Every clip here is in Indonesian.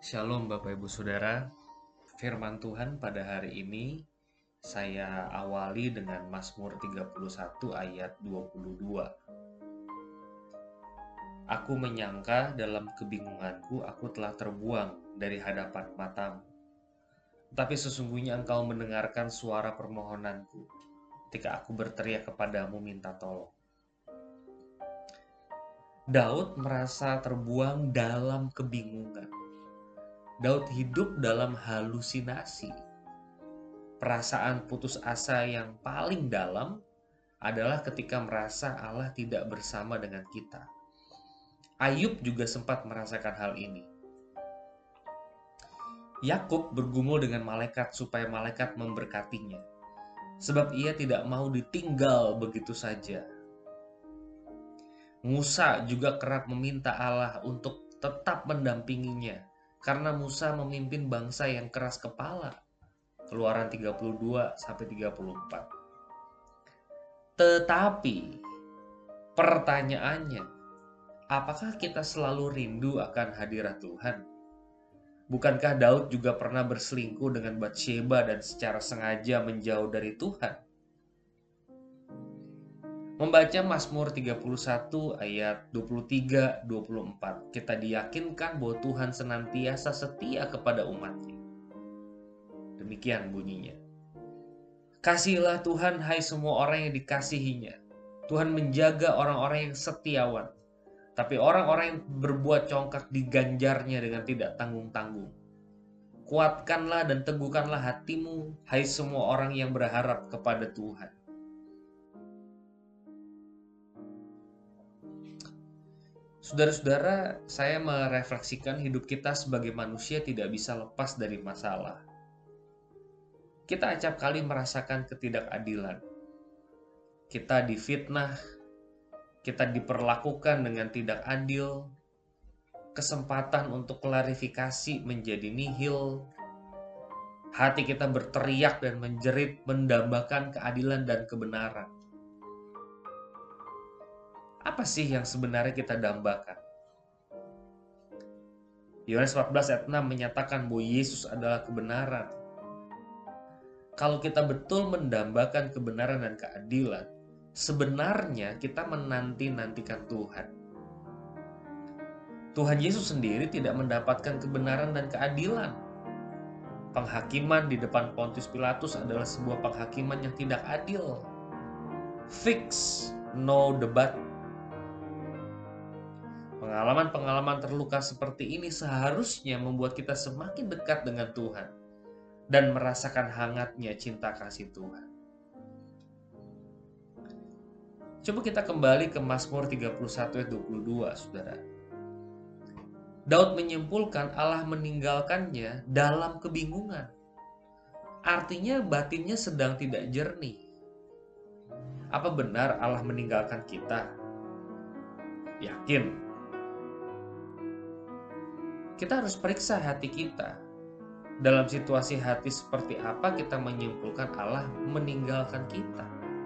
Shalom Bapak Ibu Saudara. Firman Tuhan pada hari ini saya awali dengan Mazmur 31 ayat 22. Aku menyangka dalam kebingunganku aku telah terbuang dari hadapan matamu. Tapi sesungguhnya engkau mendengarkan suara permohonanku ketika aku berteriak kepadamu minta tolong. Daud merasa terbuang dalam kebingungan. Daud hidup dalam halusinasi. Perasaan putus asa yang paling dalam adalah ketika merasa Allah tidak bersama dengan kita. Ayub juga sempat merasakan hal ini. Yakub bergumul dengan malaikat supaya malaikat memberkatinya, sebab ia tidak mau ditinggal begitu saja. Musa juga kerap meminta Allah untuk tetap mendampinginya, karena Musa memimpin bangsa yang keras kepala. Keluaran 32-34. Tetapi pertanyaannya, apakah kita selalu rindu akan hadirat Tuhan? Bukankah Daud juga pernah berselingkuh dengan Batsheba dan secara sengaja menjauh dari Tuhan? Membaca Mazmur 31 ayat 23-24, kita diyakinkan bahwa Tuhan senantiasa setia kepada umatnya. Demikian bunyinya. Kasihilah Tuhan, hai semua orang yang dikasihinya. Tuhan menjaga orang-orang yang setiawan, tapi orang-orang yang berbuat congkak diganjarnya dengan tidak tanggung-tanggung. Kuatkanlah dan teguhkanlah hatimu, hai semua orang yang berharap kepada Tuhan. Saudara-saudara, saya merefleksikan hidup kita sebagai manusia tidak bisa lepas dari masalah. Kita acap kali merasakan ketidakadilan. Kita difitnah, kita diperlakukan dengan tidak adil, kesempatan untuk klarifikasi menjadi nihil, hati kita berteriak dan menjerit mendambakan keadilan dan kebenaran. Apa sih yang sebenarnya kita dambakan? Yohanes 14 ayat 6 menyatakan bahwa Yesus adalah kebenaran. Kalau kita betul mendambakan kebenaran dan keadilan, sebenarnya kita menanti-nantikan Tuhan. Tuhan Yesus sendiri tidak mendapatkan kebenaran dan keadilan. Penghakiman di depan Pontius Pilatus adalah sebuah penghakiman yang tidak adil. Fix, no debat. Pengalaman-pengalaman terluka seperti ini seharusnya membuat kita semakin dekat dengan Tuhan dan merasakan hangatnya cinta kasih Tuhan. Coba kita kembali ke Mazmur 31 ayat 22, saudara. Daud menyimpulkan Allah meninggalkannya dalam kebingungan. Artinya batinnya sedang tidak jernih. Apa benar Allah meninggalkan kita? Yakin. Kita harus periksa hati kita. Dalam situasi hati seperti apa kita menyimpulkan Allah meninggalkan kita?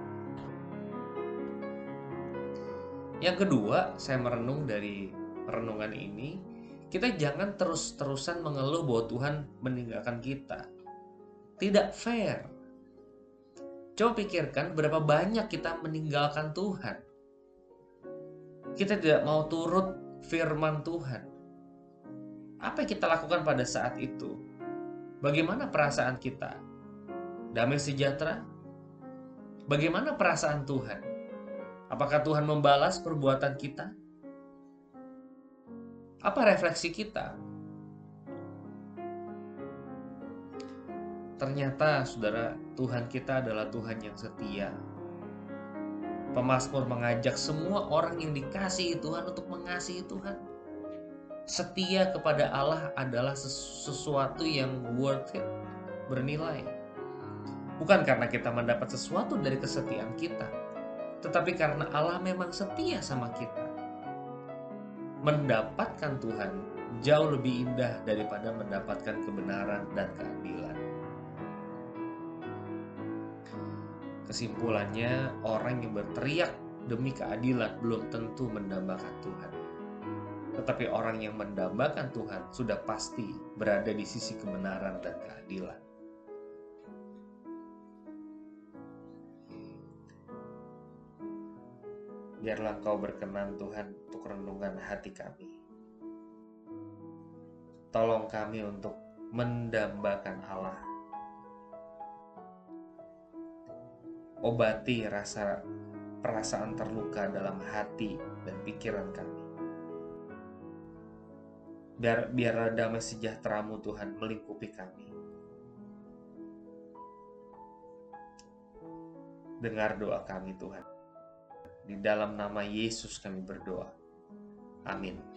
Yang kedua, saya merenung dari renungan ini, kita jangan terus-terusan mengeluh bahwa Tuhan meninggalkan kita. Tidak fair. Coba pikirkan berapa banyak kita meninggalkan Tuhan. Kita tidak mau turut firman Tuhan. Apa yang kita lakukan pada saat itu? Bagaimana perasaan kita? Damai sejahtera? Bagaimana perasaan Tuhan? Apakah Tuhan membalas perbuatan kita? Apa refleksi kita? Ternyata, saudara, Tuhan kita adalah Tuhan yang setia. Pemazmur mengajak semua orang yang dikasihi Tuhan untuk mengasihi Tuhan. Setia kepada Allah adalah sesuatu yang worth it, bernilai. Bukan karena kita mendapat sesuatu dari kesetiaan kita, tetapi karena Allah memang setia sama kita. Mendapatkan Tuhan jauh lebih indah daripada mendapatkan kebenaran dan keadilan. Kesimpulannya, orang yang berteriak demi keadilan belum tentu mendambakan Tuhan. Tetapi orang yang mendambakan Tuhan sudah pasti berada di sisi kebenaran dan keadilan. Biarlah Engkau berkenan Tuhan untuk renungan hati kami. Tolong kami untuk mendambakan Allah. Obati perasaan terluka dalam hati dan pikiran kami. Biarlah damai sejahtera-Mu Tuhan melingkupi kami. Dengar doa kami Tuhan. Di dalam nama Yesus kami berdoa. Amin.